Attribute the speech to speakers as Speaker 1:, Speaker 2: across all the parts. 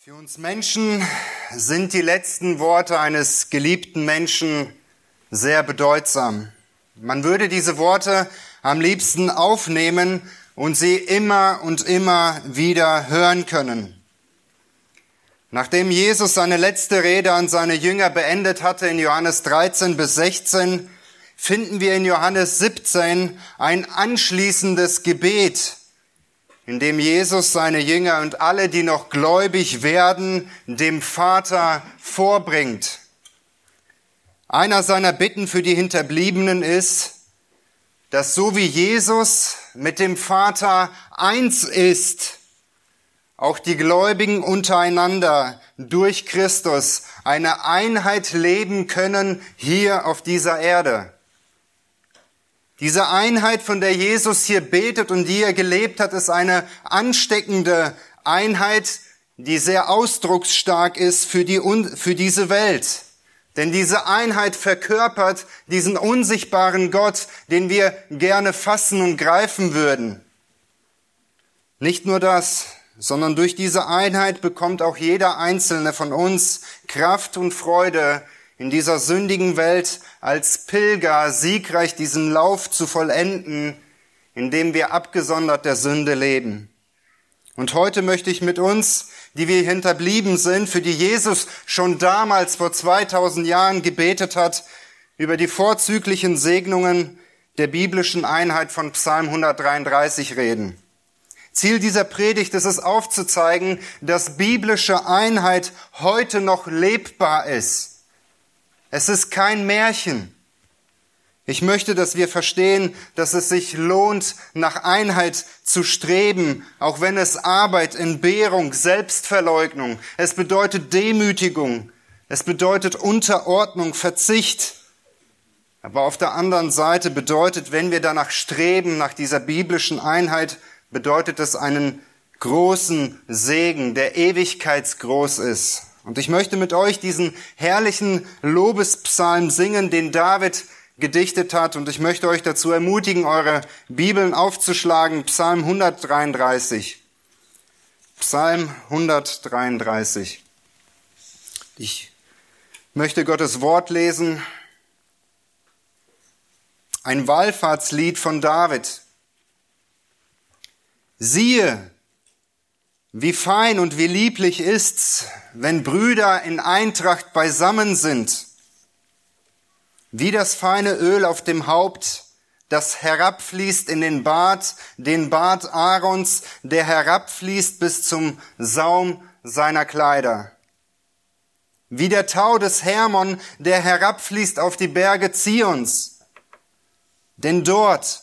Speaker 1: Für uns Menschen sind die letzten Worte eines geliebten Menschen sehr bedeutsam. Man würde diese Worte am liebsten aufnehmen und sie immer und immer wieder hören können. Nachdem Jesus seine letzte Rede an seine Jünger beendet hatte in Johannes 13 bis 16, finden wir in Johannes 17 ein anschließendes Gebet, in dem Jesus seine Jünger und alle, die noch gläubig werden, dem Vater vorbringt. Einer seiner Bitten für die Hinterbliebenen ist, dass so wie Jesus mit dem Vater eins ist, auch die Gläubigen untereinander durch Christus eine Einheit leben können hier auf dieser Erde. Diese Einheit, von der Jesus hier betet und die er gelebt hat, ist eine ansteckende Einheit, die sehr ausdrucksstark ist für diese Welt. Denn diese Einheit verkörpert diesen unsichtbaren Gott, den wir gerne fassen und greifen würden. Nicht nur das, sondern durch diese Einheit bekommt auch jeder Einzelne von uns Kraft und Freude, in dieser sündigen Welt als Pilger siegreich diesen Lauf zu vollenden, indem wir abgesondert der Sünde leben. Und heute möchte ich mit uns, die wir hinterblieben sind, für die Jesus schon damals vor 2000 Jahren gebetet hat, über die vorzüglichen Segnungen der biblischen Einheit von Psalm 133 reden. Ziel dieser Predigt ist es aufzuzeigen, dass biblische Einheit heute noch lebbar ist. Es ist kein Märchen. Ich möchte, dass wir verstehen, dass es sich lohnt, nach Einheit zu streben, auch wenn es Arbeit, Entbehrung, Selbstverleugnung, es bedeutet Demütigung, es bedeutet Unterordnung, Verzicht. Aber auf der anderen Seite bedeutet, wenn wir danach streben, nach dieser biblischen Einheit, bedeutet es einen großen Segen, der ewigkeitsgroß ist. Und ich möchte mit euch diesen herrlichen Lobespsalm singen, den David gedichtet hat. Und ich möchte euch dazu ermutigen, eure Bibeln aufzuschlagen. Psalm 133. Psalm 133. Ich möchte Gottes Wort lesen. Ein Wallfahrtslied von David. Siehe, wie fein und wie lieblich ist's, wenn Brüder in Eintracht beisammen sind. Wie das feine Öl auf dem Haupt, das herabfließt in den Bart Aarons, der herabfließt bis zum Saum seiner Kleider. Wie der Tau des Hermon, der herabfließt auf die Berge Zions. Denn dort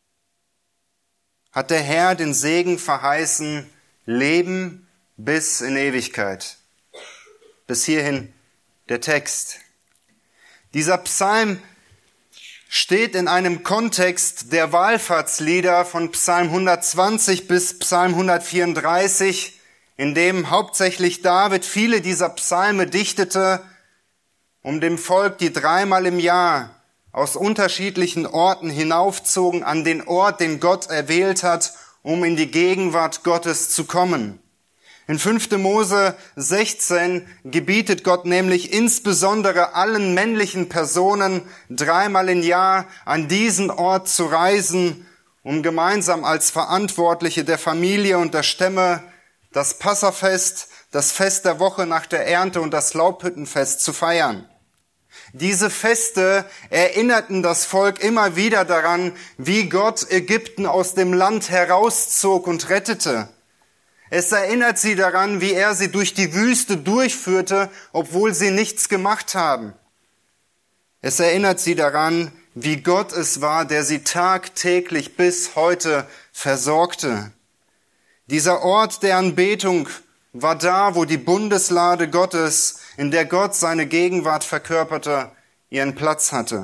Speaker 1: hat der Herr den Segen verheißen, Leben bis in Ewigkeit. Bis hierhin der Text. Dieser Psalm steht in einem Kontext der Wallfahrtslieder von Psalm 120 bis Psalm 134, in dem hauptsächlich David viele dieser Psalme dichtete, um dem Volk, die dreimal im Jahr aus unterschiedlichen Orten hinaufzogen an den Ort, den Gott erwählt hat, um in die Gegenwart Gottes zu kommen. In 5. Mose 16 gebietet Gott nämlich insbesondere allen männlichen Personen dreimal im Jahr an diesen Ort zu reisen, um gemeinsam als Verantwortliche der Familie und der Stämme das Passafest, das Fest der Woche nach der Ernte und das Laubhüttenfest zu feiern. Diese Feste erinnerten das Volk immer wieder daran, wie Gott Ägypten aus dem Land herauszog und rettete. Es erinnert sie daran, wie er sie durch die Wüste durchführte, obwohl sie nichts gemacht haben. Es erinnert sie daran, wie Gott es war, der sie tagtäglich bis heute versorgte. Dieser Ort der Anbetung war da, wo die Bundeslade Gottes, in der Gott seine Gegenwart verkörperte, ihren Platz hatte.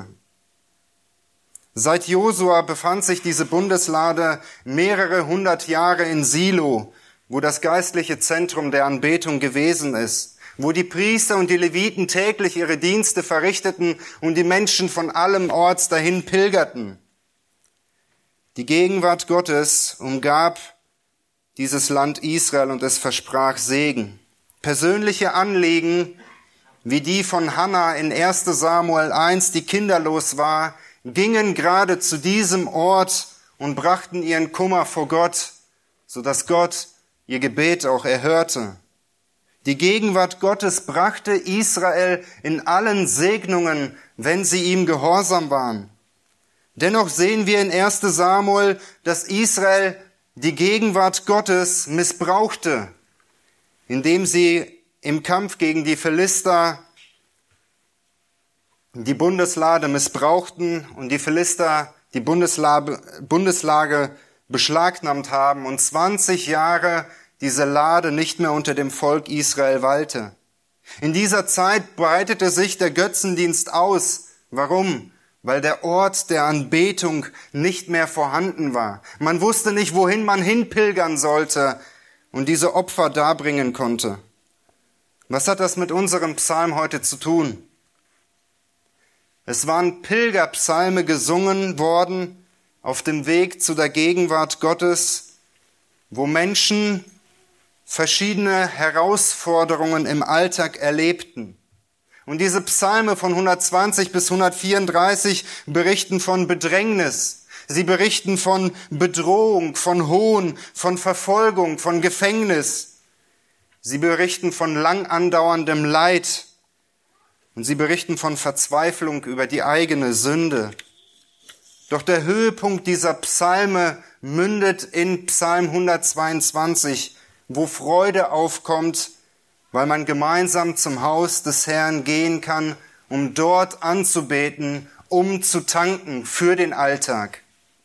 Speaker 1: Seit Josua befand sich diese Bundeslade mehrere hundert Jahre in Silo, wo das geistliche Zentrum der Anbetung gewesen ist, wo die Priester und die Leviten täglich ihre Dienste verrichteten und die Menschen von allem Orts dahin pilgerten. Die Gegenwart Gottes umgab dieses Land Israel und es versprach Segen. Persönliche Anliegen, wie die von Hannah in 1. Samuel 1, die kinderlos war, gingen gerade zu diesem Ort und brachten ihren Kummer vor Gott, sodass Gott ihr Gebet auch erhörte. Die Gegenwart Gottes brachte Israel in allen Segnungen, wenn sie ihm gehorsam waren. Dennoch sehen wir in 1. Samuel, dass Israel die Gegenwart Gottes missbrauchte, indem sie im Kampf gegen die Philister die Bundeslade missbrauchten und die Philister die Bundeslade beschlagnahmt haben und 20 Jahre diese Lade nicht mehr unter dem Volk Israel weilte. In dieser Zeit breitete sich der Götzendienst aus. Warum? Weil der Ort der Anbetung nicht mehr vorhanden war. Man wusste nicht, wohin man hinpilgern sollte und diese Opfer darbringen konnte. Was hat das mit unserem Psalm heute zu tun? Es waren Pilgerpsalme gesungen worden auf dem Weg zu der Gegenwart Gottes, wo Menschen verschiedene Herausforderungen im Alltag erlebten. Und diese Psalme von 120 bis 134 berichten von Bedrängnis. Sie berichten von Bedrohung, von Hohn, von Verfolgung, von Gefängnis. Sie berichten von lang andauerndem Leid. Und sie berichten von Verzweiflung über die eigene Sünde. Doch der Höhepunkt dieser Psalme mündet in Psalm 122, wo Freude aufkommt, weil man gemeinsam zum Haus des Herrn gehen kann, um dort anzubeten, um zu tanken für den Alltag.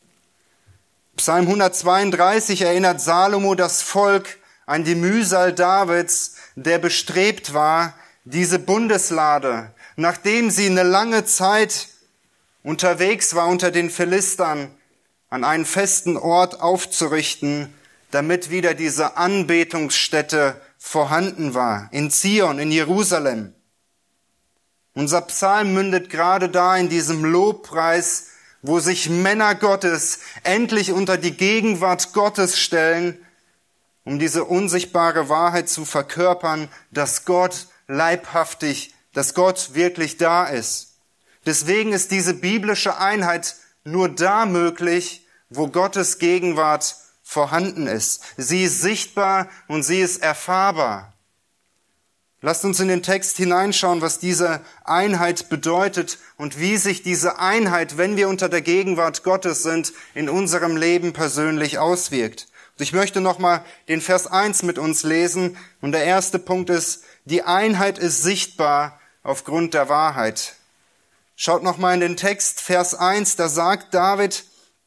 Speaker 1: Psalm 132 erinnert Salomo das Volk an die Mühsal Davids, der bestrebt war, diese Bundeslade, nachdem sie eine lange Zeit unterwegs war unter den Philistern, an einen festen Ort aufzurichten, damit wieder diese Anbetungsstätte vorhanden war, in Zion, in Jerusalem. Unser Psalm mündet gerade da in diesem Lobpreis, wo sich Männer Gottes endlich unter die Gegenwart Gottes stellen, um diese unsichtbare Wahrheit zu verkörpern, dass Gott leibhaftig, dass Gott wirklich da ist. Deswegen ist diese biblische Einheit nur da möglich, wo Gottes Gegenwart vorhanden ist. Sie ist sichtbar und sie ist erfahrbar. Lasst uns in den Text hineinschauen, was diese Einheit bedeutet und wie sich diese Einheit, wenn wir unter der Gegenwart Gottes sind, in unserem Leben persönlich auswirkt. Und ich möchte nochmal den Vers 1 mit uns lesen. Und der erste Punkt ist, die Einheit ist sichtbar aufgrund der Wahrheit. Schaut nochmal in den Text, Vers 1, da sagt David,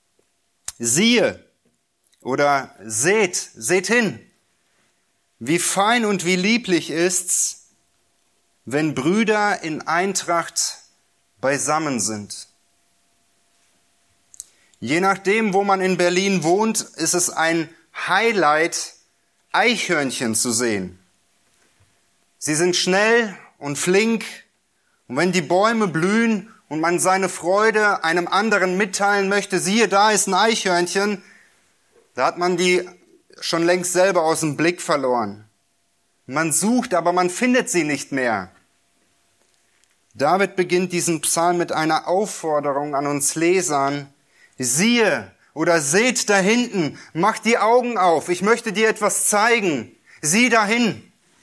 Speaker 1: siehe oder seht hin, wie fein und wie lieblich ist's, wenn Brüder in Eintracht beisammen sind. Je nachdem, wo man in Berlin wohnt, ist es ein Highlight, Eichhörnchen zu sehen. Sie sind schnell und flink, und wenn die Bäume blühen und man seine Freude einem anderen mitteilen möchte, siehe, da ist ein Eichhörnchen, da hat man die schon längst selber aus dem Blick verloren. Man sucht, aber man findet sie nicht mehr. David beginnt diesen Psalm mit einer Aufforderung an uns Lesern. Siehe oder seht da hinten, mach die Augen auf, ich möchte dir etwas zeigen. Sieh dahin.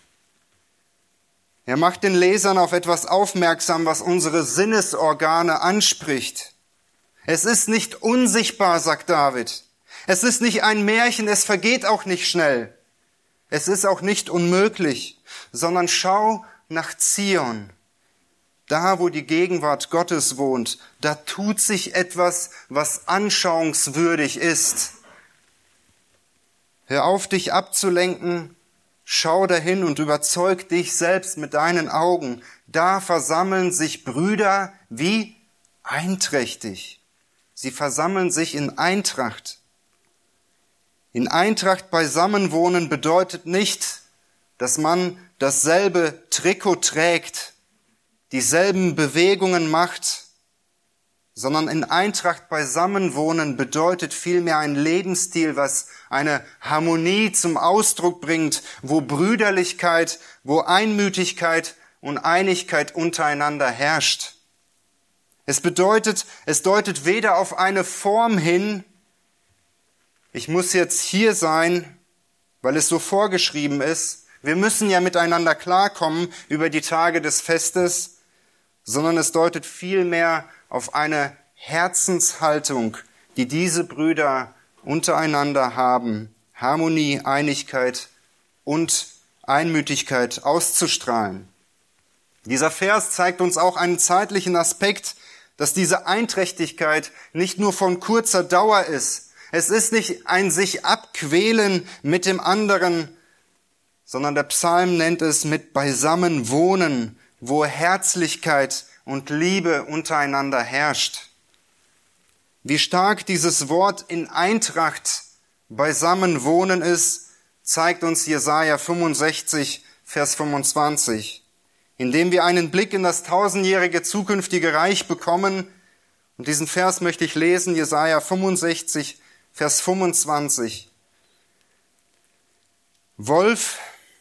Speaker 1: Er macht den Lesern auf etwas aufmerksam, was unsere Sinnesorgane anspricht. Es ist nicht unsichtbar, sagt David. Es ist nicht ein Märchen, es vergeht auch nicht schnell. Es ist auch nicht unmöglich, sondern schau nach Zion. Da, wo die Gegenwart Gottes wohnt, da tut sich etwas, was anschauungswürdig ist. Hör auf, dich abzulenken, schau dahin und überzeug dich selbst mit deinen Augen. Da versammeln sich Brüder wie einträchtig. Sie versammeln sich in Eintracht. In Eintracht beisammenwohnen bedeutet nicht, dass man dasselbe Trikot trägt, dieselben Bewegungen macht. sondern in Eintracht beisammenwohnen bedeutet vielmehr ein Lebensstil, was eine Harmonie zum Ausdruck bringt, wo Brüderlichkeit, wo Einmütigkeit und Einigkeit untereinander herrscht. Es deutet weder auf eine Form hin, ich muss jetzt hier sein, weil es so vorgeschrieben ist. Wir müssen ja miteinander klarkommen über die Tage des Festes, sondern es deutet vielmehr auf eine Herzenshaltung, die diese Brüder untereinander haben, Harmonie, Einigkeit und Einmütigkeit auszustrahlen. Dieser Vers zeigt uns auch einen zeitlichen Aspekt, dass diese Einträchtigkeit nicht nur von kurzer Dauer ist. Es ist nicht ein sich abquälen mit dem anderen, sondern der Psalm nennt es mit beisammen wohnen, wo Herzlichkeit und Liebe untereinander herrscht. Wie stark dieses Wort in Eintracht beisammen wohnen ist, zeigt uns Jesaja 65, Vers 25, indem wir einen Blick in das tausendjährige zukünftige Reich bekommen. Und diesen Vers möchte ich lesen, Jesaja 65, Vers 25. Wolf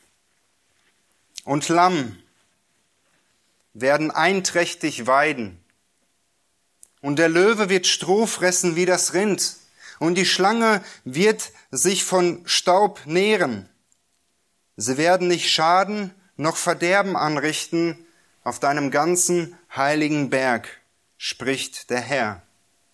Speaker 1: und Lamm werden einträchtig weiden. Und der Löwe wird Stroh fressen wie das Rind. Und die Schlange wird sich von Staub nähren. Sie werden nicht Schaden noch Verderben anrichten auf deinem ganzen heiligen Berg, spricht der Herr.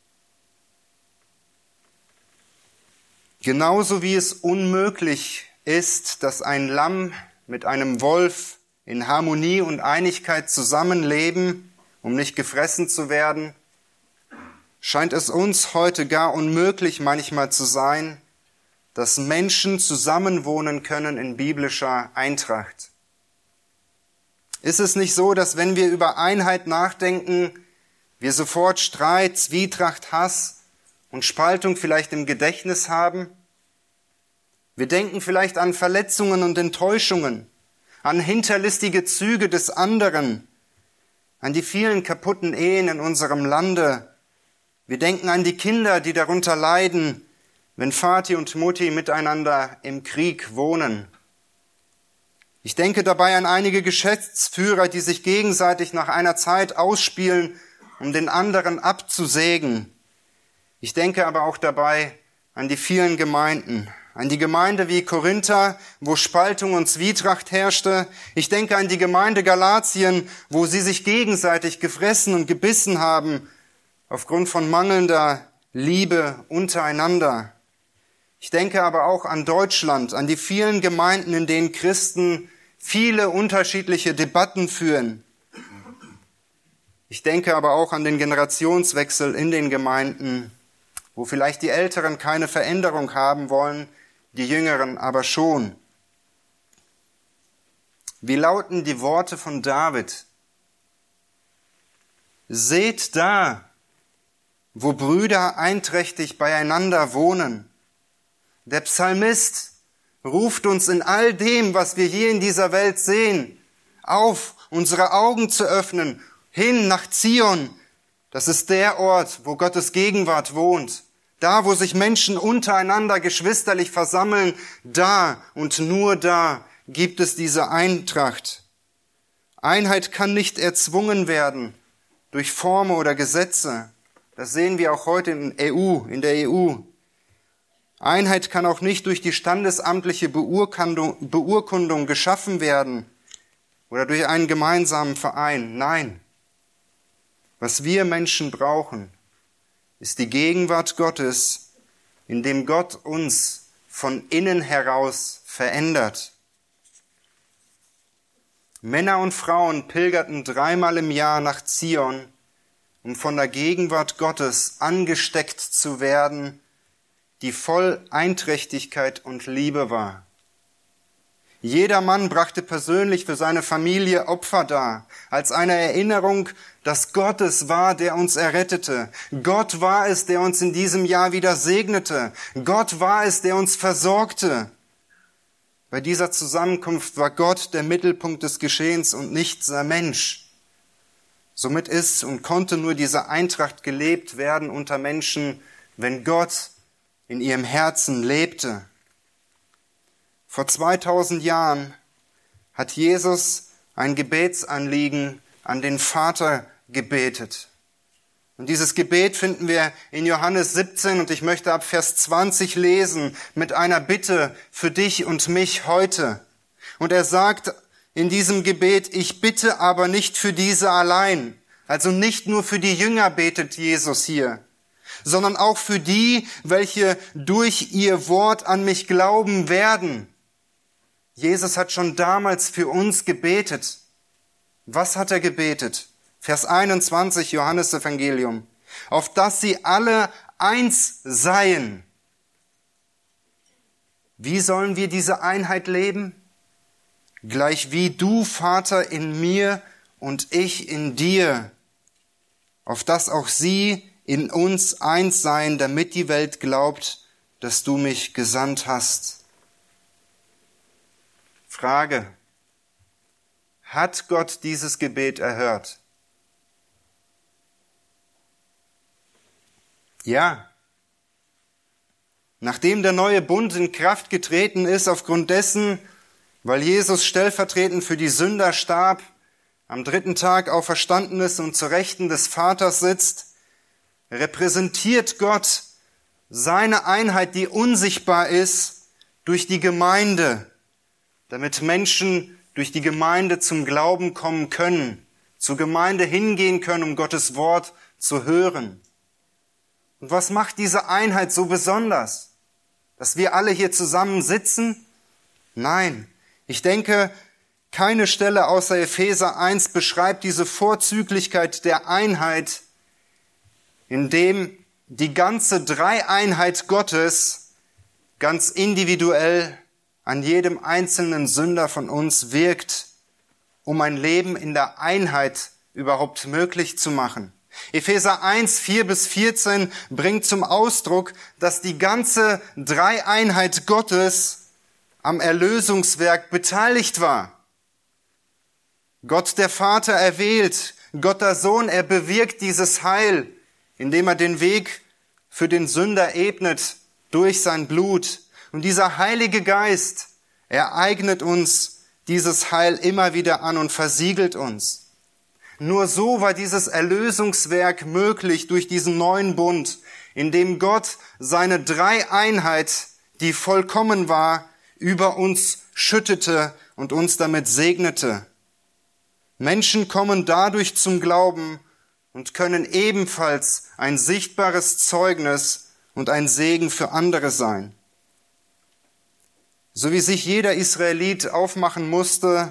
Speaker 1: Genauso wie es unmöglich ist, dass ein Lamm mit einem Wolf in Harmonie und Einigkeit zusammenleben, um nicht gefressen zu werden, scheint es uns heute gar unmöglich manchmal zu sein, dass Menschen zusammenwohnen können in biblischer Eintracht. Ist es nicht so, dass wenn wir über Einheit nachdenken, wir sofort Streit, Zwietracht, Hass und Spaltung vielleicht im Gedächtnis haben? Wir denken vielleicht an Verletzungen und Enttäuschungen, an hinterlistige Züge des anderen, an die vielen kaputten Ehen in unserem Lande. Wir denken an die Kinder, die darunter leiden, wenn Vati und Mutti miteinander im Krieg wohnen. Ich denke dabei an einige Geschäftsführer, die sich gegenseitig nach einer Zeit ausspielen, um den anderen abzusägen. Ich denke aber auch dabei an die vielen Gemeinden, an die Gemeinde wie Korinther, wo Spaltung und Zwietracht herrschte. Ich denke an die Gemeinde Galatien, wo sie sich gegenseitig gefressen und gebissen haben, aufgrund von mangelnder Liebe untereinander. Ich denke aber auch an Deutschland, an die vielen Gemeinden, in denen Christen viele unterschiedliche Debatten führen. Ich denke aber auch an den Generationswechsel in den Gemeinden, wo vielleicht die Älteren keine Veränderung haben wollen, die Jüngeren aber schon. Wie lauten die Worte von David? Seht da, wo Brüder einträchtig beieinander wohnen. Der Psalmist ruft uns in all dem, was wir hier in dieser Welt sehen, auf, unsere Augen zu öffnen, hin nach Zion. Das ist der Ort, wo Gottes Gegenwart wohnt. Da, wo sich Menschen untereinander geschwisterlich versammeln, da und nur da gibt es diese Eintracht. Einheit kann nicht erzwungen werden durch Formen oder Gesetze. Das sehen wir auch heute in der EU. Einheit kann auch nicht durch die standesamtliche Beurkundung geschaffen werden oder durch einen gemeinsamen Verein. Nein, was wir Menschen brauchen, ist die Gegenwart Gottes, in dem Gott uns von innen heraus verändert. Männer und Frauen pilgerten 3-mal im Jahr nach Zion, um von der Gegenwart Gottes angesteckt zu werden, die voll Einträchtigkeit und Liebe war. Jeder Mann brachte persönlich für seine Familie Opfer dar, als eine Erinnerung, dass Gott es war, der uns errettete. Gott war es, der uns in diesem Jahr wieder segnete. Gott war es, der uns versorgte. Bei dieser Zusammenkunft war Gott der Mittelpunkt des Geschehens und nicht der Mensch. Somit ist und konnte nur diese Eintracht gelebt werden unter Menschen, wenn Gott in ihrem Herzen lebte. Vor 2000 Jahren hat Jesus ein Gebetsanliegen an den Vater gebetet. Und dieses Gebet finden wir in Johannes 17 und ich möchte ab Vers 20 lesen mit einer Bitte für dich und mich heute. Und er sagt in diesem Gebet, ich bitte aber nicht für diese allein. Also nicht nur für die Jünger betet Jesus hier, sondern auch für die, welche durch ihr Wort an mich glauben werden. Jesus hat schon damals für uns gebetet. Was hat er gebetet? Vers 21, Johannes Evangelium. Auf dass sie alle eins seien. Wie sollen wir diese Einheit leben? Gleich wie du, Vater, in mir und ich in dir. Auf dass auch sie in uns eins seien, damit die Welt glaubt, dass du mich gesandt hast. Frage. Hat Gott dieses Gebet erhört? Ja. Nachdem der neue Bund in Kraft getreten ist, aufgrund dessen, weil Jesus stellvertretend für die Sünder starb, am 3. Tag auferstanden ist und zur Rechten des Vaters sitzt, repräsentiert Gott seine Einheit, die unsichtbar ist, durch die Gemeinde, damit Menschen durch die Gemeinde zum Glauben kommen können, zur Gemeinde hingehen können, um Gottes Wort zu hören. Und was macht diese Einheit so besonders? Dass wir alle hier zusammen sitzen? Nein, ich denke, keine Stelle außer Epheser 1 beschreibt diese Vorzüglichkeit der Einheit, in dem die ganze Dreieinheit Gottes ganz individuell an jedem einzelnen Sünder von uns wirkt, um ein Leben in der Einheit überhaupt möglich zu machen. Epheser 1, 4-14 bringt zum Ausdruck, dass die ganze Dreieinheit Gottes am Erlösungswerk beteiligt war. Gott der Vater erwählt, Gott der Sohn, er bewirkt dieses Heil, indem er den Weg für den Sünder ebnet durch sein Blut. Und dieser Heilige Geist ereignet uns dieses Heil immer wieder an und versiegelt uns. Nur so war dieses Erlösungswerk möglich durch diesen neuen Bund, in dem Gott seine Dreieinheit, die vollkommen war, über uns schüttete und uns damit segnete. Menschen kommen dadurch zum Glauben und können ebenfalls ein sichtbares Zeugnis und ein Segen für andere sein. So wie sich jeder Israelit aufmachen musste,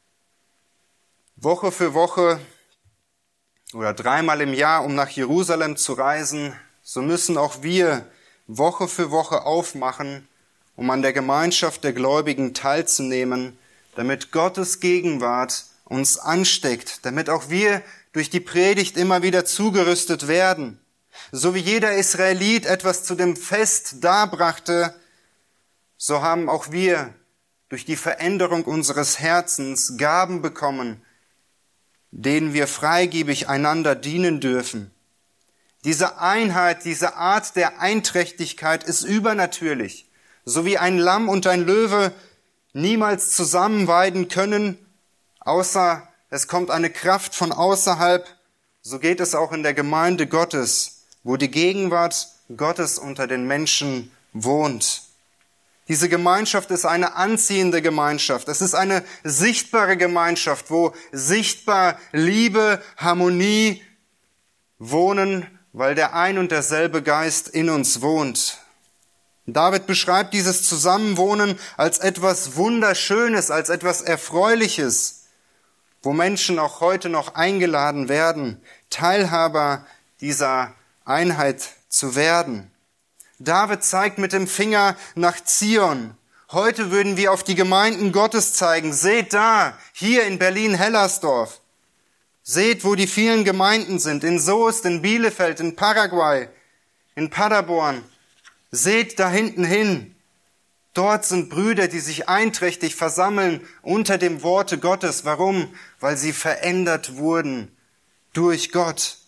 Speaker 1: Woche für Woche oder 3-mal im Jahr, um nach Jerusalem zu reisen, so müssen auch wir Woche für Woche aufmachen, um an der Gemeinschaft der Gläubigen teilzunehmen, damit Gottes Gegenwart uns ansteckt, damit auch wir durch die Predigt immer wieder zugerüstet werden. So wie jeder Israelit etwas zu dem Fest darbrachte, so haben auch wir durch die Veränderung unseres Herzens Gaben bekommen, denen wir freigebig einander dienen dürfen. Diese Einheit, diese Art der Einträchtigkeit ist übernatürlich. So wie ein Lamm und ein Löwe niemals zusammen weiden können, außer es kommt eine Kraft von außerhalb, so geht es auch in der Gemeinde Gottes, wo die Gegenwart Gottes unter den Menschen wohnt. Diese Gemeinschaft ist eine anziehende Gemeinschaft. Es ist eine sichtbare Gemeinschaft, wo sichtbar Liebe, Harmonie wohnen, weil der ein und derselbe Geist in uns wohnt. David beschreibt dieses Zusammenwohnen als etwas Wunderschönes, als etwas Erfreuliches, wo Menschen auch heute noch eingeladen werden, Teilhaber dieser Einheit zu werden. David zeigt mit dem Finger nach Zion. Heute würden wir auf die Gemeinden Gottes zeigen. Seht da, hier in Berlin-Hellersdorf. Seht, wo die vielen Gemeinden sind. In Soest, in Bielefeld, in Paraguay, in Paderborn. Seht da hinten hin. Dort sind Brüder, die sich einträchtig versammeln unter dem Worte Gottes. Warum? Weil sie verändert wurden durch Gott.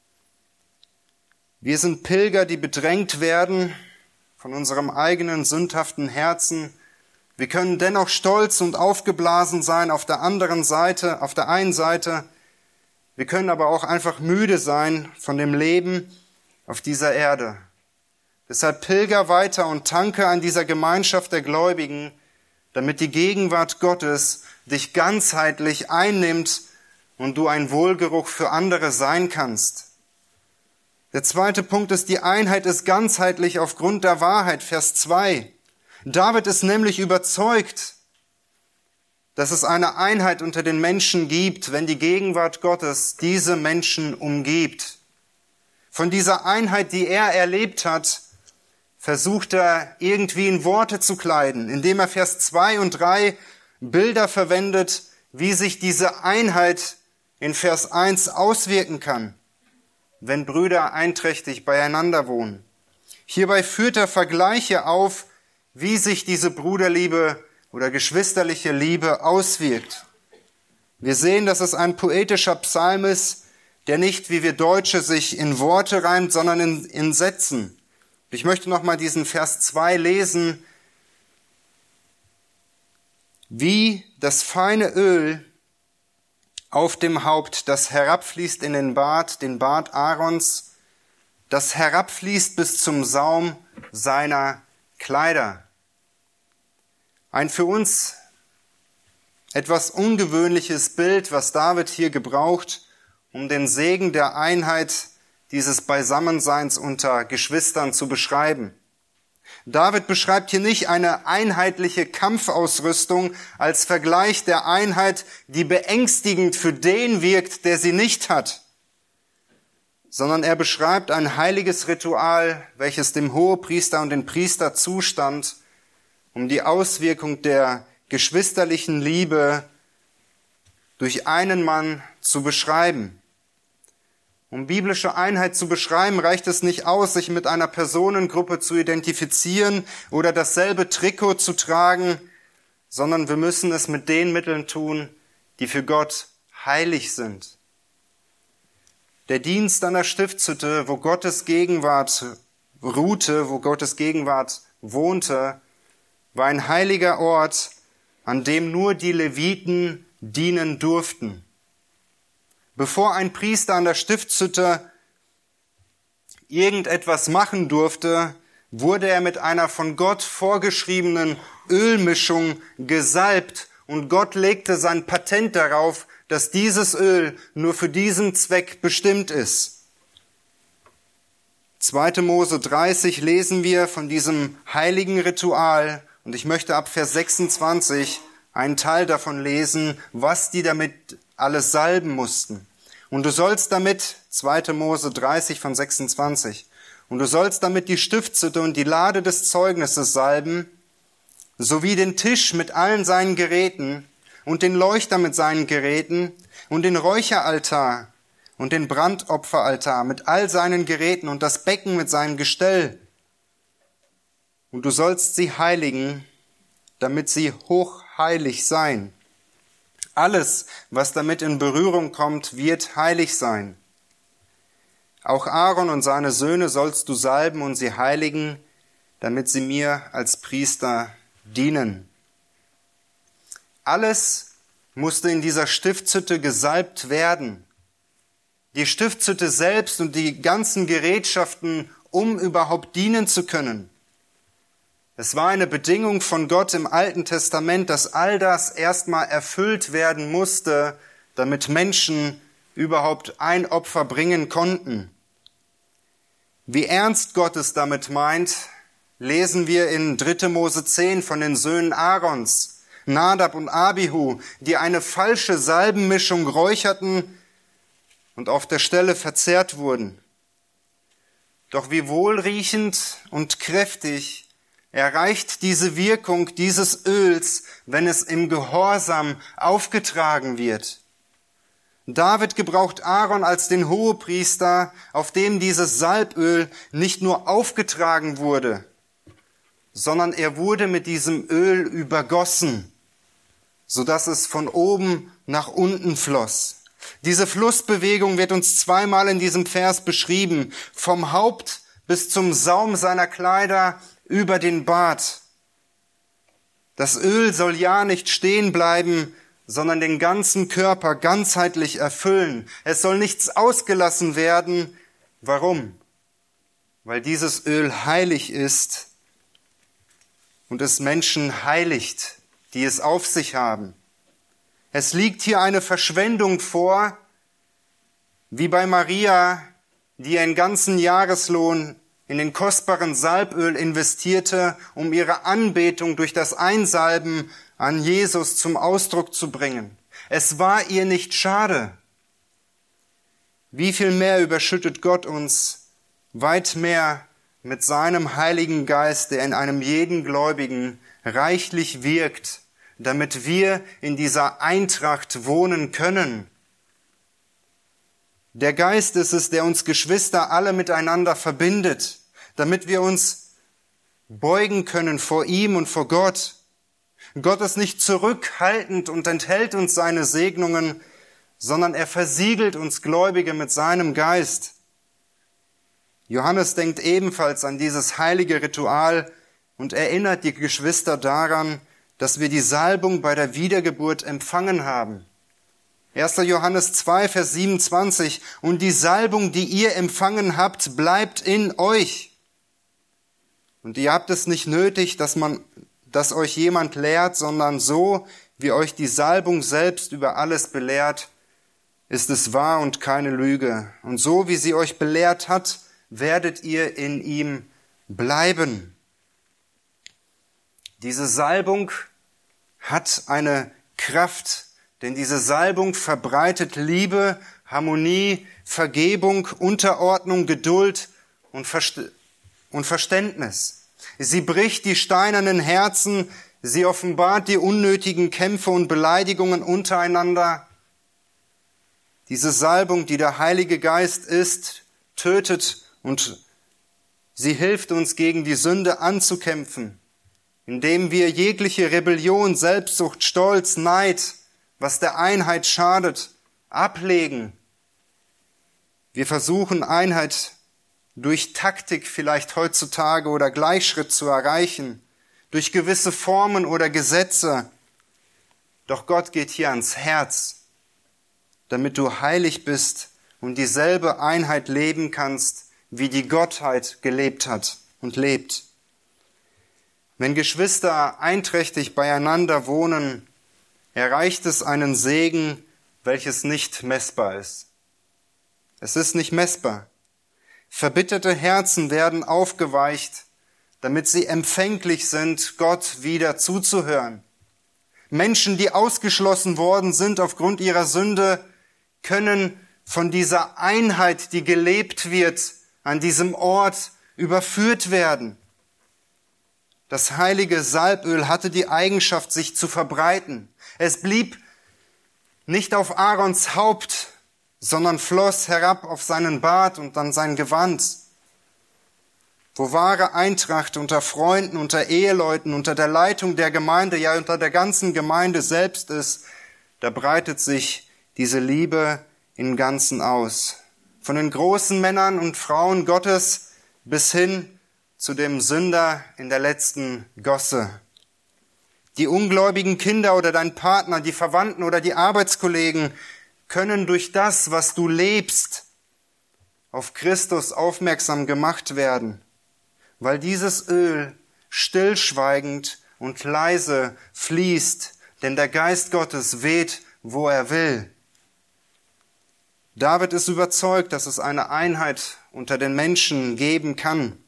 Speaker 1: Wir sind Pilger, die bedrängt werden von unserem eigenen sündhaften Herzen. Wir können dennoch stolz und aufgeblasen sein auf der einen Seite. Wir können aber auch einfach müde sein von dem Leben auf dieser Erde. Deshalb pilger weiter und tanke an dieser Gemeinschaft der Gläubigen, damit die Gegenwart Gottes dich ganzheitlich einnimmt und du ein Wohlgeruch für andere sein kannst. Der zweite Punkt ist, die Einheit ist ganzheitlich aufgrund der Wahrheit, Vers 2. David ist nämlich überzeugt, dass es eine Einheit unter den Menschen gibt, wenn die Gegenwart Gottes diese Menschen umgibt. Von dieser Einheit, die er erlebt hat, versucht er irgendwie in Worte zu kleiden, indem er Vers 2 und 3 Bilder verwendet, wie sich diese Einheit in Vers 1 auswirken kann, wenn Brüder einträchtig beieinander wohnen. Hierbei führt er Vergleiche auf, wie sich diese Bruderliebe oder geschwisterliche Liebe auswirkt. Wir sehen, dass es ein poetischer Psalm ist, der nicht, wie wir Deutsche, sich in Worte reimt, sondern in Sätzen. Ich möchte nochmal diesen Vers 2 lesen. Wie das feine Öl auf dem Haupt, das herabfließt in den Bart Aarons, das herabfließt bis zum Saum seiner Kleider. Ein für uns etwas ungewöhnliches Bild, was David hier gebraucht, um den Segen der Einheit dieses Beisammenseins unter Geschwistern zu beschreiben. David beschreibt hier nicht eine einheitliche Kampfausrüstung als Vergleich der Einheit, die beängstigend für den wirkt, der sie nicht hat, sondern er beschreibt ein heiliges Ritual, welches dem Hohepriester und den Priester zustand, um die Auswirkung der geschwisterlichen Liebe durch einen Mann zu beschreiben. Um biblische Einheit zu beschreiben, reicht es nicht aus, sich mit einer Personengruppe zu identifizieren oder dasselbe Trikot zu tragen, sondern wir müssen es mit den Mitteln tun, die für Gott heilig sind. Der Dienst an der Stiftshütte, wo Gottes Gegenwart ruhte, wo Gottes Gegenwart wohnte, war ein heiliger Ort, an dem nur die Leviten dienen durften. Bevor ein Priester an der Stiftshütte irgendetwas machen durfte, wurde er mit einer von Gott vorgeschriebenen Ölmischung gesalbt und Gott legte sein Patent darauf, dass dieses Öl nur für diesen Zweck bestimmt ist. 2. Mose 30 lesen wir von diesem heiligen Ritual und ich möchte ab Vers 26 einen Teil davon lesen, was die damit alles salben mussten. Und du sollst damit, 2. Mose 30 von 26, und du sollst damit die Stiftshütte und die Lade des Zeugnisses salben, sowie den Tisch mit allen seinen Geräten und den Leuchter mit seinen Geräten und den Räucheraltar und den Brandopferaltar mit all seinen Geräten und das Becken mit seinem Gestell. Und du sollst sie heiligen, damit sie hochheilig seien. Alles, was damit in Berührung kommt, wird heilig sein. Auch Aaron und seine Söhne sollst du salben und sie heiligen, damit sie mir als Priester dienen. Alles musste in dieser Stiftshütte gesalbt werden. Die Stiftshütte selbst und die ganzen Gerätschaften, um überhaupt dienen zu können. Es war eine Bedingung von Gott im Alten Testament, dass all das erstmal erfüllt werden musste, damit Menschen überhaupt ein Opfer bringen konnten. Wie ernst Gott es damit meint, lesen wir in 3. Mose 10 von den Söhnen Aarons, Nadab und Abihu, die eine falsche Salbenmischung räucherten und auf der Stelle verzehrt wurden. Doch wie wohlriechend und kräftig erreicht diese Wirkung dieses Öls, wenn es im Gehorsam aufgetragen wird. David gebraucht Aaron als den Hohepriester, auf dem dieses Salböl nicht nur aufgetragen wurde, sondern er wurde mit diesem Öl übergossen, sodass es von oben nach unten floss. Diese Flussbewegung wird uns zweimal in diesem Vers beschrieben, vom Haupt bis zum Saum seiner Kleider über den Bart. Das Öl soll ja nicht stehen bleiben, sondern den ganzen Körper ganzheitlich erfüllen. Es soll nichts ausgelassen werden. Warum? Weil dieses Öl heilig ist und es Menschen heiligt, die es auf sich haben. Es liegt hier eine Verschwendung vor, wie bei Maria, die ihren ganzen Jahreslohn in den kostbaren Salböl investierte, um ihre Anbetung durch das Einsalben an Jesus zum Ausdruck zu bringen. Es war ihr nicht schade. Wie viel mehr überschüttet Gott uns, weit mehr mit seinem Heiligen Geist, der in einem jeden Gläubigen reichlich wirkt, damit wir in dieser Eintracht wohnen können. Der Geist ist es, der uns Geschwister alle miteinander verbindet, damit wir uns beugen können vor ihm und vor Gott. Gott ist nicht zurückhaltend und enthält uns seine Segnungen, sondern er versiegelt uns Gläubige mit seinem Geist. Johannes denkt ebenfalls an dieses heilige Ritual und erinnert die Geschwister daran, dass wir die Salbung bei der Wiedergeburt empfangen haben. 1. Johannes 2, Vers 27, und die Salbung, die ihr empfangen habt, bleibt in euch. Und ihr habt es nicht nötig, dass euch jemand lehrt, sondern so, wie euch die Salbung selbst über alles belehrt, ist es wahr und keine Lüge. Und so, wie sie euch belehrt hat, werdet ihr in ihm bleiben. Diese Salbung hat eine Kraft, denn diese Salbung verbreitet Liebe, Harmonie, Vergebung, Unterordnung, Geduld und Verständnis. Sie bricht die steinernen Herzen, sie offenbart die unnötigen Kämpfe und Beleidigungen untereinander. Diese Salbung, die der Heilige Geist ist, tötet und sie hilft uns gegen die Sünde anzukämpfen, indem wir jegliche Rebellion, Selbstsucht, Stolz, Neid, was der Einheit schadet, ablegen. Wir versuchen Einheit durch Taktik vielleicht heutzutage oder Gleichschritt zu erreichen, durch gewisse Formen oder Gesetze. Doch Gott geht hier ans Herz, damit du heilig bist und dieselbe Einheit leben kannst, wie die Gottheit gelebt hat und lebt. Wenn Geschwister einträchtig beieinander wohnen, erreicht es einen Segen, welches nicht messbar ist. Es ist nicht messbar. Verbitterte Herzen werden aufgeweicht, damit sie empfänglich sind, Gott wieder zuzuhören. Menschen, die ausgeschlossen worden sind aufgrund ihrer Sünde, können von dieser Einheit, die gelebt wird, an diesem Ort überführt werden. Das heilige Salböl hatte die Eigenschaft, sich zu verbreiten. Es blieb nicht auf Aarons Haupt, sondern floss herab auf seinen Bart und dann sein Gewand. Wo wahre Eintracht unter Freunden, unter Eheleuten, unter der Leitung der Gemeinde, ja unter der ganzen Gemeinde selbst ist, da breitet sich diese Liebe im Ganzen aus. Von den großen Männern und Frauen Gottes bis hin zu dem Sünder in der letzten Gosse. Die ungläubigen Kinder oder dein Partner, die Verwandten oder die Arbeitskollegen können durch das, was du lebst, auf Christus aufmerksam gemacht werden, weil dieses Öl stillschweigend und leise fließt, denn der Geist Gottes weht, wo er will. David ist überzeugt, dass es eine Einheit unter den Menschen geben kann.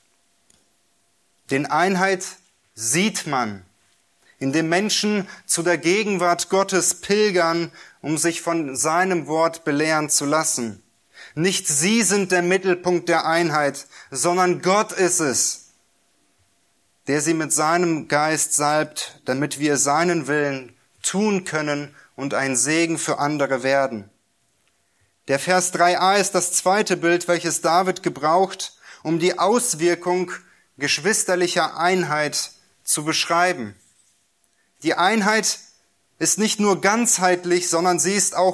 Speaker 1: Denn Einheit sieht man, indem Menschen zu der Gegenwart Gottes pilgern, um sich von seinem Wort belehren zu lassen. Nicht sie sind der Mittelpunkt der Einheit, sondern Gott ist es, der sie mit seinem Geist salbt, damit wir seinen Willen tun können und ein Segen für andere werden. Der Vers 3a ist das zweite Bild, welches David gebraucht, um die Auswirkung geschwisterlicher Einheit zu beschreiben. Die Einheit ist nicht nur ganzheitlich, sondern sie ist auch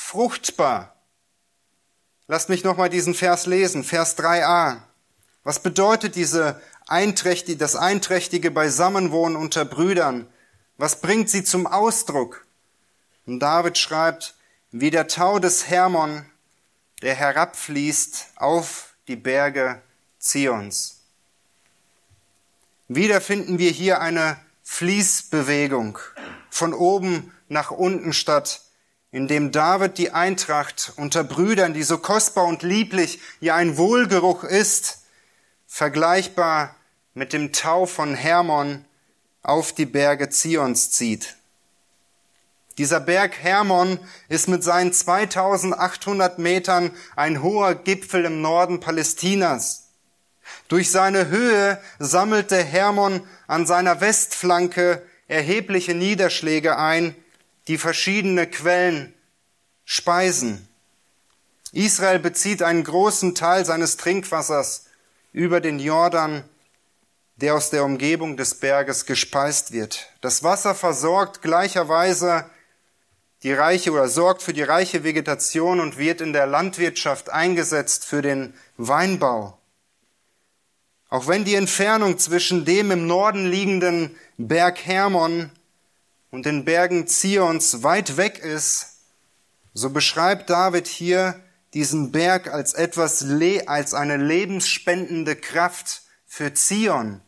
Speaker 1: fruchtbar. Lasst mich nochmal diesen Vers lesen, Vers 3a. Was bedeutet das einträchtige Beisammenwohnen unter Brüdern? Was bringt sie zum Ausdruck? Und David schreibt, wie der Tau des Hermon, der herabfließt auf die Berge Zions. Wieder finden wir hier eine Fließbewegung von oben nach unten statt, indem David die Eintracht unter Brüdern, die so kostbar und lieblich ja ein Wohlgeruch ist, vergleichbar mit dem Tau von Hermon auf die Berge Zions zieht. Dieser Berg Hermon ist mit seinen 2800 Metern ein hoher Gipfel im Norden Palästinas. Durch seine Höhe sammelt der Hermon an seiner Westflanke erhebliche Niederschläge ein, die verschiedene Quellen speisen. Israel bezieht einen großen Teil seines Trinkwassers über den Jordan, der aus der Umgebung des Berges gespeist wird. Das Wasser versorgt gleicherweise sorgt für die reiche Vegetation und wird in der Landwirtschaft eingesetzt für den Weinbau. Auch wenn die Entfernung zwischen dem im Norden liegenden Berg Hermon und den Bergen Zions weit weg ist, so beschreibt David hier diesen Berg als als eine lebensspendende Kraft für Zion.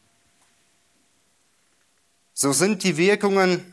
Speaker 1: So sind die Wirkungen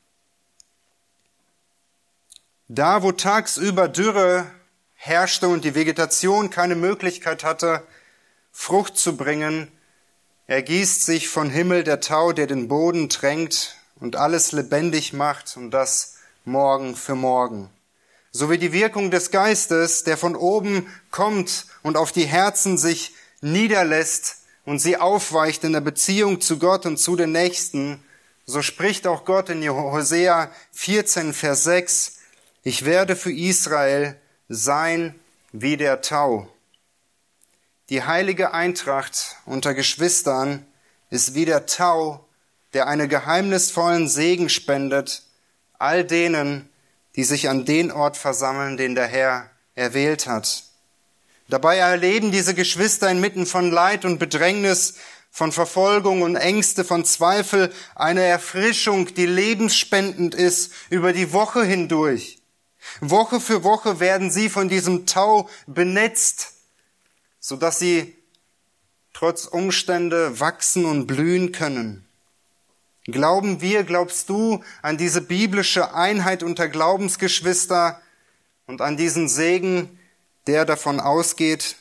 Speaker 1: da, wo tagsüber Dürre herrschte und die Vegetation keine Möglichkeit hatte, Frucht zu bringen, ergießt sich von Himmel der Tau, der den Boden tränkt und alles lebendig macht, und das Morgen für Morgen. So wie die Wirkung des Geistes, der von oben kommt und auf die Herzen sich niederlässt und sie aufweicht in der Beziehung zu Gott und zu den Nächsten, so spricht auch Gott in Hosea 14, Vers 6, ich werde für Israel sein wie der Tau. Die heilige Eintracht unter Geschwistern ist wie der Tau, der einen geheimnisvollen Segen spendet, all denen, die sich an den Ort versammeln, den der Herr erwählt hat. Dabei erleben diese Geschwister inmitten von Leid und Bedrängnis, von Verfolgung und Ängste, von Zweifel eine Erfrischung, die lebensspendend ist über die Woche hindurch. Woche für Woche werden sie von diesem Tau benetzt, sodass sie trotz Umstände wachsen und blühen können. Glaubst du an diese biblische Einheit unter Glaubensgeschwister und an diesen Segen, der davon ausgeht?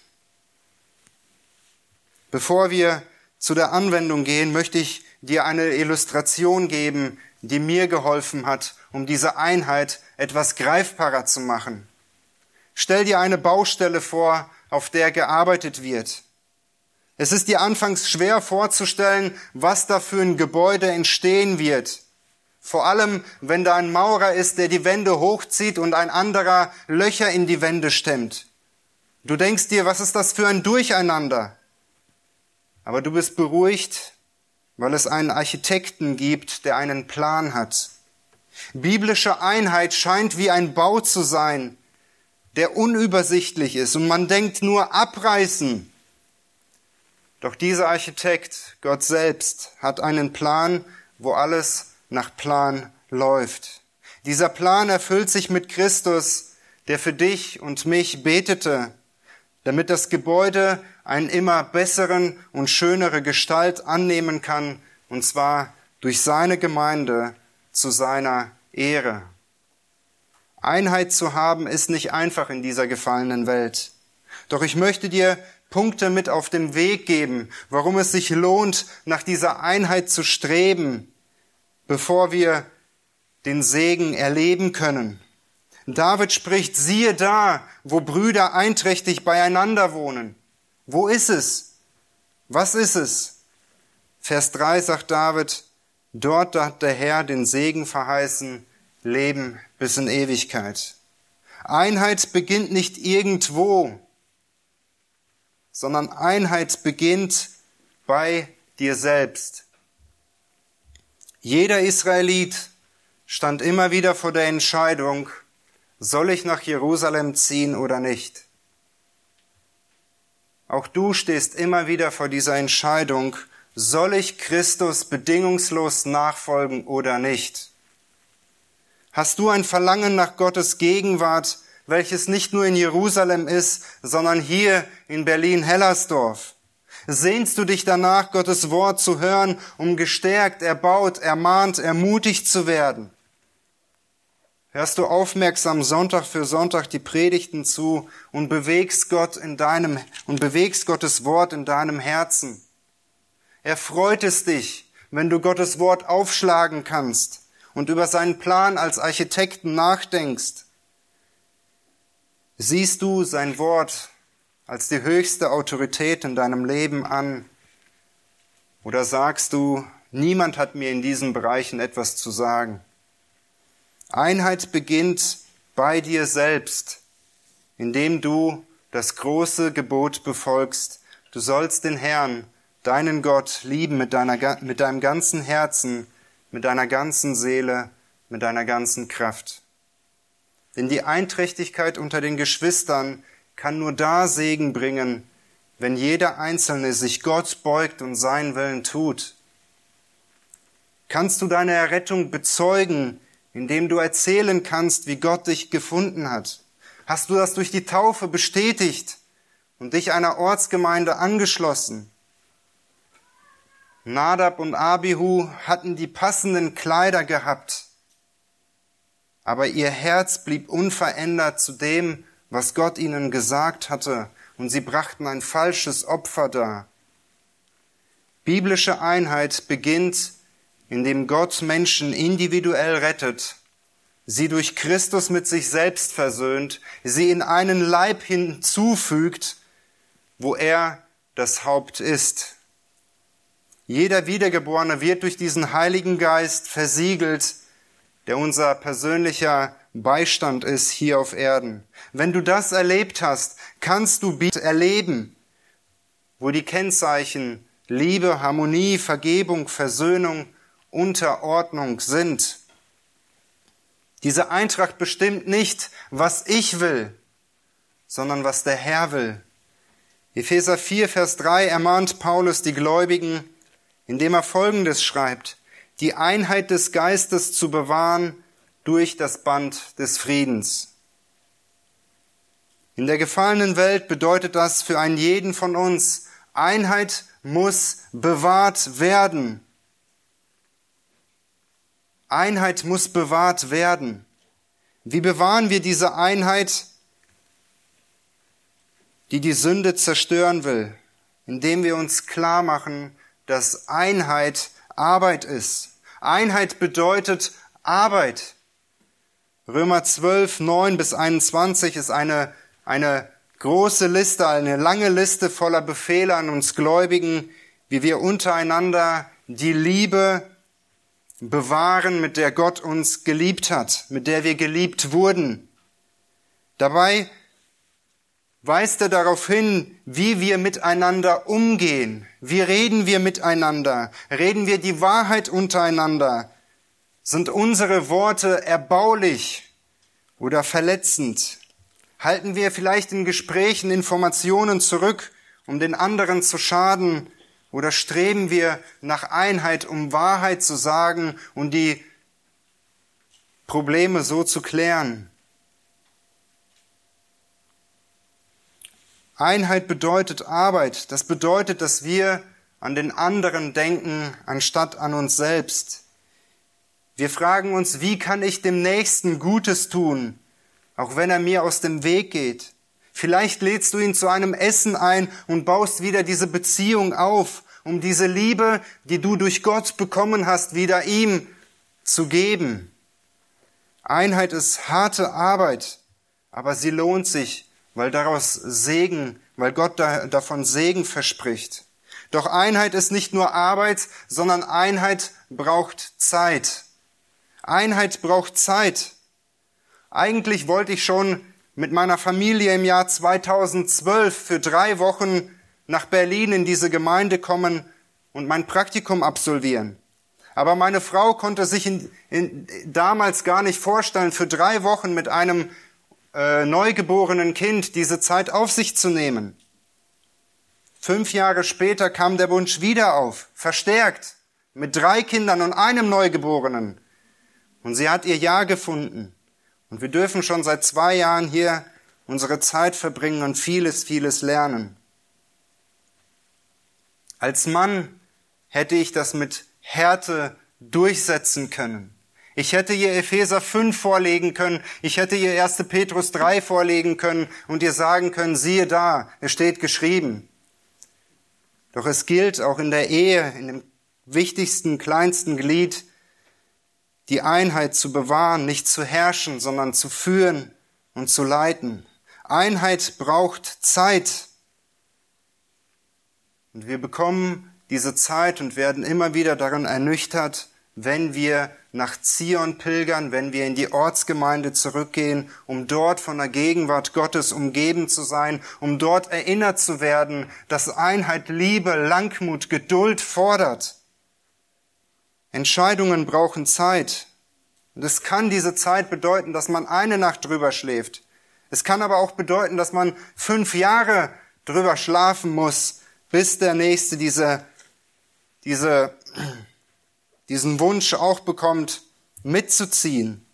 Speaker 1: Bevor wir zu der Anwendung gehen, möchte ich dir eine Illustration geben, die mir geholfen hat, um diese Einheit etwas greifbarer zu machen. Stell dir eine Baustelle vor, auf der gearbeitet wird. Es ist dir anfangs schwer vorzustellen, was da für ein Gebäude entstehen wird. Vor allem, wenn da ein Maurer ist, der die Wände hochzieht und ein anderer Löcher in die Wände stemmt. Du denkst dir, was ist das für ein Durcheinander? Aber du bist beruhigt, weil es einen Architekten gibt, der einen Plan hat. Biblische Einheit scheint wie ein Bau zu sein, der unübersichtlich ist und man denkt nur abreißen. Doch dieser Architekt, Gott selbst, hat einen Plan, wo alles nach Plan läuft. Dieser Plan erfüllt sich mit Christus, der für dich und mich betete, damit das Gebäude einen immer besseren und schönere Gestalt annehmen kann, und zwar durch seine Gemeinde zu seiner Ehre. Einheit zu haben ist nicht einfach in dieser gefallenen Welt. Doch ich möchte dir Punkte mit auf den Weg geben, warum es sich lohnt, nach dieser Einheit zu streben, bevor wir den Segen erleben können. David spricht, siehe da, wo Brüder einträchtig beieinander wohnen. Wo ist es? Was ist es? Vers 3 sagt David, dort hat der Herr den Segen verheißen, Leben bis in Ewigkeit. Einheit beginnt nicht irgendwo, sondern Einheit beginnt bei dir selbst. Jeder Israelit stand immer wieder vor der Entscheidung, soll ich nach Jerusalem ziehen oder nicht? Auch du stehst immer wieder vor dieser Entscheidung, soll ich Christus bedingungslos nachfolgen oder nicht? Hast du ein Verlangen nach Gottes Gegenwart, welches nicht nur in Jerusalem ist, sondern hier in Berlin-Hellersdorf? Sehnst du dich danach, Gottes Wort zu hören, um gestärkt, erbaut, ermahnt, ermutigt zu werden? Hörst du aufmerksam Sonntag für Sonntag die Predigten zu und bewegst Gottes Wort in deinem Herzen? Erfreut es dich, wenn du Gottes Wort aufschlagen kannst und über seinen Plan als Architekten nachdenkst? Siehst du sein Wort als die höchste Autorität in deinem Leben an? Oder sagst du, niemand hat mir in diesen Bereichen etwas zu sagen? Einheit beginnt bei dir selbst, indem du das große Gebot befolgst. Du sollst den Herrn, deinen Gott, lieben mit deinem ganzen Herzen, mit deiner ganzen Seele, mit deiner ganzen Kraft. Denn die Einträchtigkeit unter den Geschwistern kann nur da Segen bringen, wenn jeder Einzelne sich Gott beugt und seinen Willen tut. Kannst du deine Errettung bezeugen, indem du erzählen kannst, wie Gott dich gefunden hat? Hast du das durch die Taufe bestätigt und dich einer Ortsgemeinde angeschlossen? Nadab und Abihu hatten die passenden Kleider gehabt, aber ihr Herz blieb unverändert zu dem, was Gott ihnen gesagt hatte, und sie brachten ein falsches Opfer dar. Biblische Einheit beginnt, indem Gott Menschen individuell rettet, sie durch Christus mit sich selbst versöhnt, sie in einen Leib hinzufügt, wo er das Haupt ist. Jeder Wiedergeborene wird durch diesen Heiligen Geist versiegelt, der unser persönlicher Beistand ist hier auf Erden. Wenn du das erlebt hast, kannst du erleben, wo die Kennzeichen Liebe, Harmonie, Vergebung, Versöhnung, Unterordnung sind. Diese Eintracht bestimmt nicht, was ich will, sondern was der Herr will. Epheser 4, Vers 3 ermahnt Paulus die Gläubigen, indem er Folgendes schreibt: die Einheit des Geistes zu bewahren durch das Band des Friedens. In der gefallenen Welt bedeutet das für einen jeden von uns, Einheit muss bewahrt werden. Einheit muss bewahrt werden. Wie bewahren wir diese Einheit, die die Sünde zerstören will? Indem wir uns klar machen, dass Einheit Arbeit ist. Einheit bedeutet Arbeit. Römer 12, 9 bis 21 ist eine große Liste, eine lange Liste voller Befehle an uns Gläubigen, wie wir untereinander die Liebe bewahren, mit der Gott uns geliebt hat, mit der wir geliebt wurden. Dabei weist er darauf hin, wie wir miteinander umgehen. Wie reden wir miteinander? Reden wir die Wahrheit untereinander? Sind unsere Worte erbaulich oder verletzend? Halten wir vielleicht in Gesprächen Informationen zurück, um den anderen zu schaden? Oder streben wir nach Einheit, um Wahrheit zu sagen und die Probleme so zu klären? Einheit bedeutet Arbeit. Das bedeutet, dass wir an den anderen denken, anstatt an uns selbst. Wir fragen uns, wie kann ich dem Nächsten Gutes tun, auch wenn er mir aus dem Weg geht? Vielleicht lädst du ihn zu einem Essen ein und baust wieder diese Beziehung auf, um diese Liebe, die du durch Gott bekommen hast, wieder ihm zu geben. Einheit ist harte Arbeit, aber sie lohnt sich, weil Gott davon Segen verspricht. Doch Einheit ist nicht nur Arbeit, sondern Einheit braucht Zeit. Einheit braucht Zeit. Eigentlich wollte ich schon mit meiner Familie im Jahr 2012 für 3 Wochen nach Berlin in diese Gemeinde kommen und mein Praktikum absolvieren. Aber meine Frau konnte sich damals gar nicht vorstellen, für 3 Wochen mit einem neugeborenen Kind diese Zeit auf sich zu nehmen. 5 Jahre später kam der Wunsch wieder auf, verstärkt, mit 3 Kindern und einem Neugeborenen. Und sie hat ihr Ja gefunden. Und wir dürfen schon seit 2 Jahren hier unsere Zeit verbringen und vieles, vieles lernen. Als Mann hätte ich das mit Härte durchsetzen können. Ich hätte ihr Epheser 5 vorlegen können, ich hätte ihr 1. Petrus 3 vorlegen können und ihr sagen können, siehe da, es steht geschrieben. Doch es gilt auch in der Ehe, in dem wichtigsten, kleinsten Glied, die Einheit zu bewahren, nicht zu herrschen, sondern zu führen und zu leiten. Einheit braucht Zeit. Und wir bekommen diese Zeit und werden immer wieder daran ernüchtert, wenn wir nach Zion pilgern, wenn wir in die Ortsgemeinde zurückgehen, um dort von der Gegenwart Gottes umgeben zu sein, um dort erinnert zu werden, dass Einheit, Liebe, Langmut, Geduld fordert. Entscheidungen brauchen Zeit. Und es kann diese Zeit bedeuten, dass man eine Nacht drüber schläft. Es kann aber auch bedeuten, dass man 5 Jahre drüber schlafen muss, bis der Nächste diesen Wunsch auch bekommt, mitzuziehen.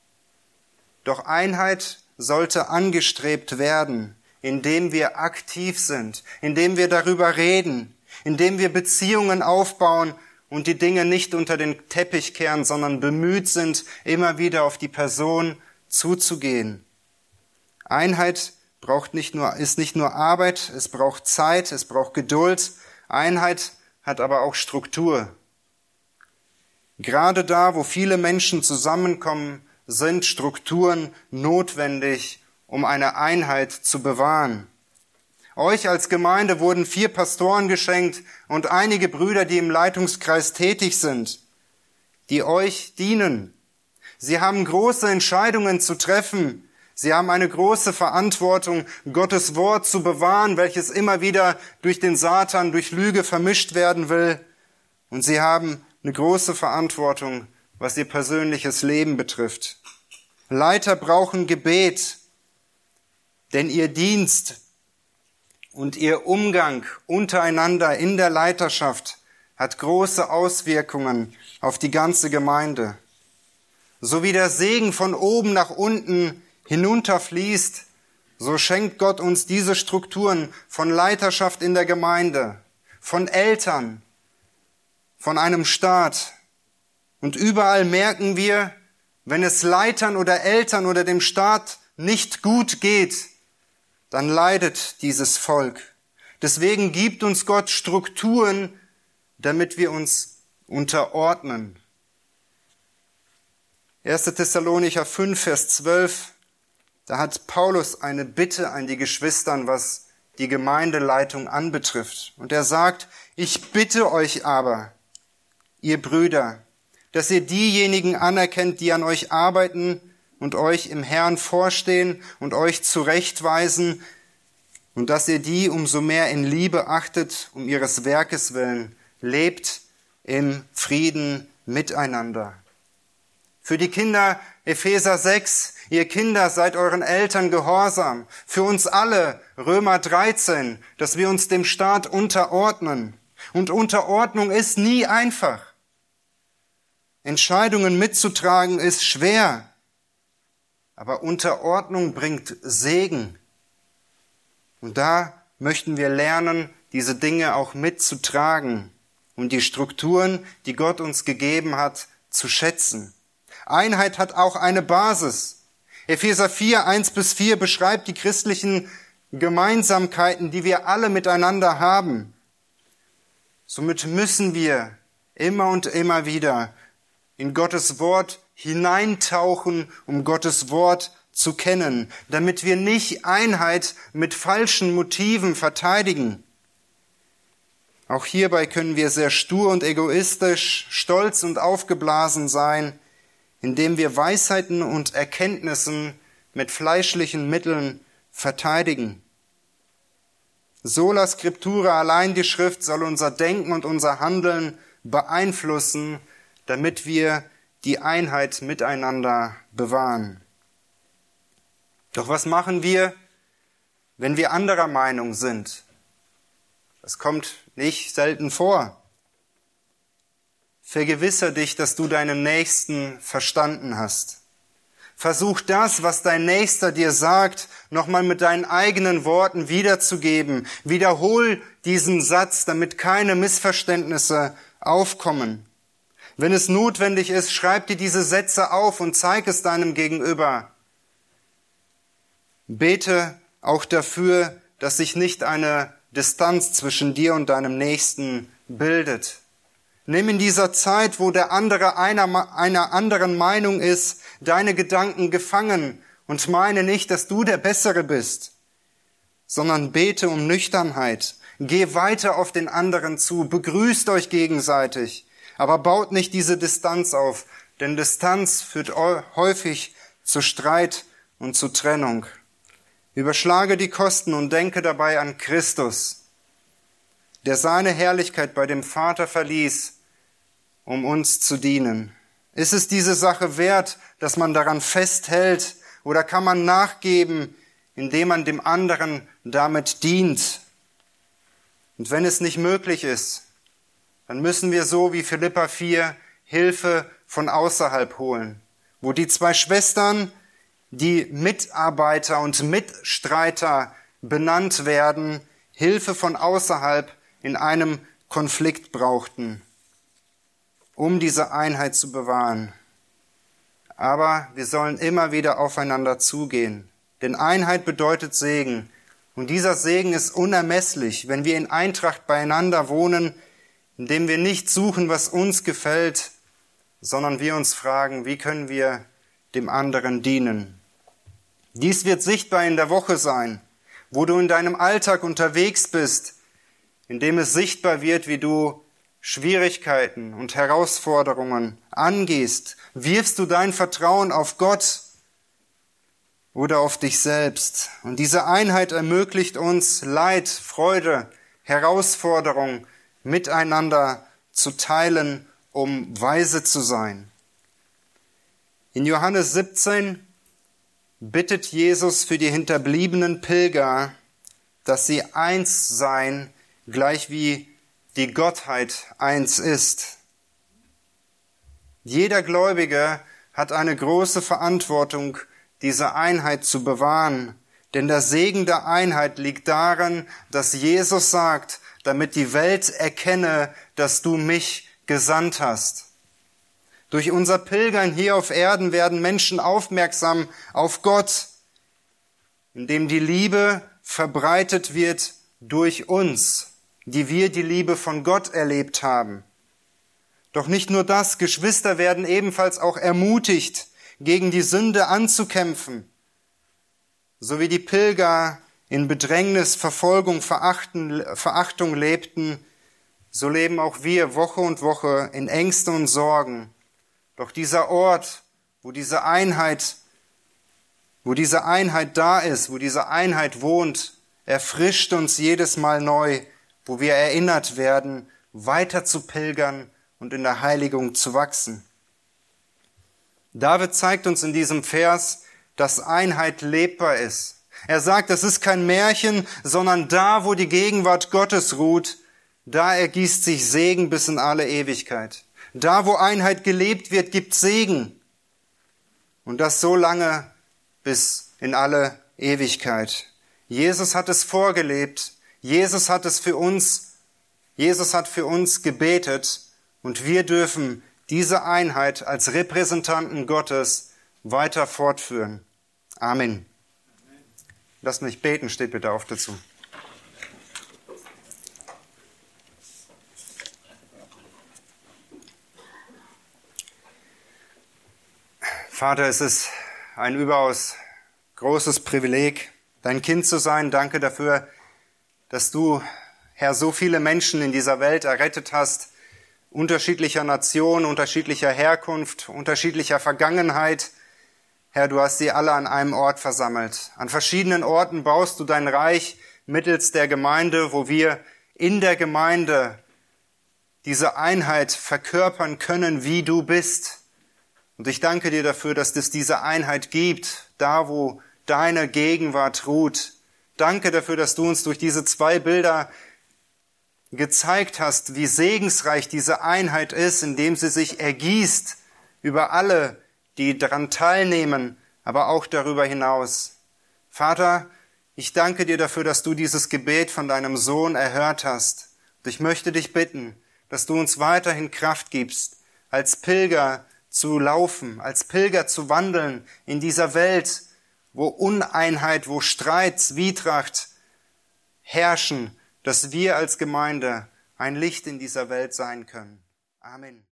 Speaker 1: Doch Einheit sollte angestrebt werden, indem wir aktiv sind, indem wir darüber reden, indem wir Beziehungen aufbauen und die Dinge nicht unter den Teppich kehren, sondern bemüht sind, immer wieder auf die Person zuzugehen. Einheit ist nicht nur Arbeit, es braucht Zeit, es braucht Geduld. Einheit hat aber auch Struktur. Gerade da, wo viele Menschen zusammenkommen, sind Strukturen notwendig, um eine Einheit zu bewahren. Euch als Gemeinde wurden 4 Pastoren geschenkt und einige Brüder, die im Leitungskreis tätig sind, die euch dienen. Sie haben große Entscheidungen zu treffen. Sie haben eine große Verantwortung, Gottes Wort zu bewahren, welches immer wieder durch den Satan, durch Lüge vermischt werden will. Und sie haben eine große Verantwortung, was ihr persönliches Leben betrifft. Leiter brauchen Gebet, denn ihr Dienst und ihr Umgang untereinander in der Leiterschaft hat große Auswirkungen auf die ganze Gemeinde. So wie der Segen von oben nach unten hinunterfließt, so schenkt Gott uns diese Strukturen von Leiterschaft in der Gemeinde, von Eltern, von einem Staat. Und überall merken wir, wenn es Leitern oder Eltern oder dem Staat nicht gut geht, dann leidet dieses Volk. Deswegen gibt uns Gott Strukturen, damit wir uns unterordnen. 1. Thessalonicher 5, Vers 12, da hat Paulus eine Bitte an die Geschwistern, was die Gemeindeleitung anbetrifft. Und er sagt, ich bitte euch aber, ihr Brüder, dass ihr diejenigen anerkennt, die an euch arbeiten und euch im Herrn vorstehen und euch zurechtweisen und dass ihr die umso mehr in Liebe achtet, um ihres Werkes willen, lebt im Frieden miteinander. Für die Kinder Epheser 6, ihr Kinder, seid euren Eltern gehorsam. Für uns alle Römer 13, dass wir uns dem Staat unterordnen. Und Unterordnung ist nie einfach. Entscheidungen mitzutragen ist schwer, aber Unterordnung bringt Segen. Und da möchten wir lernen, diese Dinge auch mitzutragen und die Strukturen, die Gott uns gegeben hat, zu schätzen. Einheit hat auch eine Basis. Epheser 4, 1-4 beschreibt die christlichen Gemeinsamkeiten, die wir alle miteinander haben. Somit müssen wir immer und immer wieder in Gottes Wort hineintauchen, um Gottes Wort zu kennen, damit wir nicht Einheit mit falschen Motiven verteidigen. Auch hierbei können wir sehr stur und egoistisch, stolz und aufgeblasen sein, indem wir Weisheiten und Erkenntnissen mit fleischlichen Mitteln verteidigen. Sola Scriptura, allein die Schrift, soll unser Denken und unser Handeln beeinflussen, damit wir die Einheit miteinander bewahren. Doch was machen wir, wenn wir anderer Meinung sind? Das kommt nicht selten vor. Vergewissere dich, dass du deinen Nächsten verstanden hast. Versuch das, was dein Nächster dir sagt, nochmal mit deinen eigenen Worten wiederzugeben. Wiederhol diesen Satz, damit keine Missverständnisse aufkommen. Wenn es notwendig ist, schreib dir diese Sätze auf und zeig es deinem Gegenüber. Bete auch dafür, dass sich nicht eine Distanz zwischen dir und deinem Nächsten bildet. Nimm in dieser Zeit, wo der andere einer anderen Meinung ist, deine Gedanken gefangen und meine nicht, dass du der Bessere bist, sondern bete um Nüchternheit. Geh weiter auf den anderen zu, begrüßt euch gegenseitig, aber baut nicht diese Distanz auf, denn Distanz führt häufig zu Streit und zu Trennung. Überschlage die Kosten und denke dabei an Christus, der seine Herrlichkeit bei dem Vater verließ, um uns zu dienen. Ist es diese Sache wert, dass man daran festhält, oder kann man nachgeben, indem man dem anderen damit dient? Und wenn es nicht möglich ist, dann müssen wir so wie Philipper 4 Hilfe von außerhalb holen, wo die zwei Schwestern, die Mitarbeiter und Mitstreiter benannt werden, Hilfe von außerhalb in einem Konflikt brauchten, um diese Einheit zu bewahren. Aber wir sollen immer wieder aufeinander zugehen, denn Einheit bedeutet Segen. Und dieser Segen ist unermesslich, wenn wir in Eintracht beieinander wohnen, indem wir nicht suchen, was uns gefällt, sondern wir uns fragen, wie können wir dem anderen dienen. Dies wird sichtbar in der Woche sein, wo du in deinem Alltag unterwegs bist, indem es sichtbar wird, wie du Schwierigkeiten und Herausforderungen angehst. Wirfst du dein Vertrauen auf Gott oder auf dich selbst? Und diese Einheit ermöglicht uns, Leid, Freude, Herausforderung miteinander zu teilen, um weise zu sein. In Johannes 17 bittet Jesus für die hinterbliebenen Pilger, dass sie eins seien, gleich wie die Gottheit eins ist. Jeder Gläubige hat eine große Verantwortung, diese Einheit zu bewahren, denn der Segen der Einheit liegt darin, dass Jesus sagt, damit die Welt erkenne, dass du mich gesandt hast. Durch unser Pilgern hier auf Erden werden Menschen aufmerksam auf Gott, indem die Liebe verbreitet wird durch uns, die wir die Liebe von Gott erlebt haben. Doch nicht nur das, Geschwister werden ebenfalls auch ermutigt, gegen die Sünde anzukämpfen. So wie die Pilger in Bedrängnis, Verfolgung, Verachtung lebten, so leben auch wir Woche und Woche in Ängsten und Sorgen. Doch dieser Ort, wo diese Einheit da ist, wo diese Einheit wohnt, erfrischt uns jedes Mal neu, wo wir erinnert werden, weiter zu pilgern und in der Heiligung zu wachsen. David zeigt uns in diesem Vers, dass Einheit lebbar ist. Er sagt, es ist kein Märchen, sondern da, wo die Gegenwart Gottes ruht, da ergießt sich Segen bis in alle Ewigkeit. Da, wo Einheit gelebt wird, gibt Segen. Und das so lange bis in alle Ewigkeit. Jesus hat es vorgelebt. Jesus hat für uns gebetet. Und wir dürfen diese Einheit als Repräsentanten Gottes weiter fortführen. Amen. Lasst mich beten, steht bitte auf dazu. Vater, es ist ein überaus großes Privileg, dein Kind zu sein. Danke dafür, dass du, Herr, so viele Menschen in dieser Welt errettet hast, unterschiedlicher Nation, unterschiedlicher Herkunft, unterschiedlicher Vergangenheit. Herr, du hast sie alle an einem Ort versammelt. An verschiedenen Orten baust du dein Reich mittels der Gemeinde, wo wir in der Gemeinde diese Einheit verkörpern können, wie du bist. Und ich danke dir dafür, dass es diese Einheit gibt, da wo deine Gegenwart ruht. Danke dafür, dass du uns durch diese 2 Bilder gezeigt hast, wie segensreich diese Einheit ist, indem sie sich ergießt über alle, die daran teilnehmen, aber auch darüber hinaus. Vater, ich danke dir dafür, dass du dieses Gebet von deinem Sohn erhört hast. Und ich möchte dich bitten, dass du uns weiterhin Kraft gibst, als Pilger zu laufen, als Pilger zu wandeln in dieser Welt, wo Uneinheit, wo Streit, Zwietracht herrschen, dass wir als Gemeinde ein Licht in dieser Welt sein können. Amen.